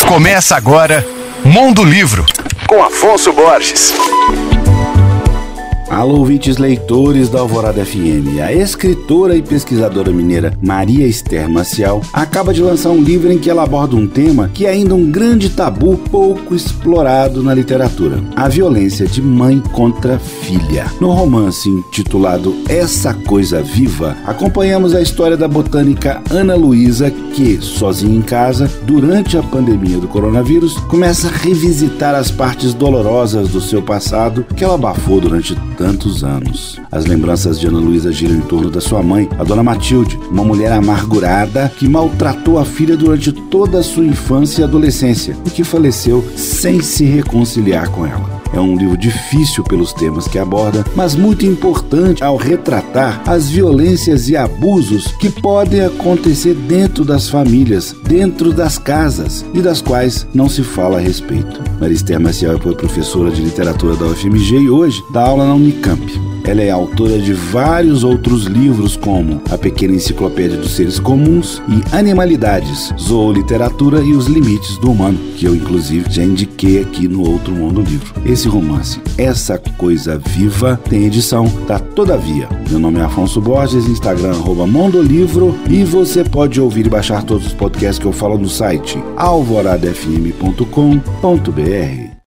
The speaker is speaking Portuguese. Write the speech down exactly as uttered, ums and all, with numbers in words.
Começa agora Mundo Livro, com Afonso Borges. Alô, ouvintes leitores da Alvorada F M. A escritora e pesquisadora mineira Maria Esther Maciel acaba de lançar um livro em que ela aborda um tema que é ainda um grande tabu pouco explorado na literatura: a violência de mãe contra filha. No romance intitulado Essa Coisa Viva, acompanhamos a história da botânica Ana Luísa que, sozinha em casa, durante a pandemia do coronavírus, começa a revisitar as partes dolorosas do seu passado que ela abafou durante tantos anos. As lembranças de Ana Luísa giram em torno da sua mãe, a dona Matilde, uma mulher amargurada que maltratou a filha durante toda a sua infância e adolescência e que faleceu sem se reconciliar com ela. É um livro difícil pelos temas que aborda, mas muito importante ao retratar as violências e abusos que podem acontecer dentro das famílias, dentro das casas e das quais não se fala a respeito. Maria Esther Maciel foi professora de literatura da U F M G e hoje dá aula na Unicamp. Ela é autora de vários outros livros como A Pequena Enciclopédia dos Seres Comuns e Animalidades, Zooliteratura e os Limites do Humano, que eu inclusive já indiquei aqui no Outro Mundo Livro. Esse romance, Essa Coisa Viva, tem edição da Todavia. Meu nome é Afonso Borges, Instagram arroba Mondolivro, e você pode ouvir e baixar todos os podcasts que eu falo no site alvorada f m ponto com ponto b r.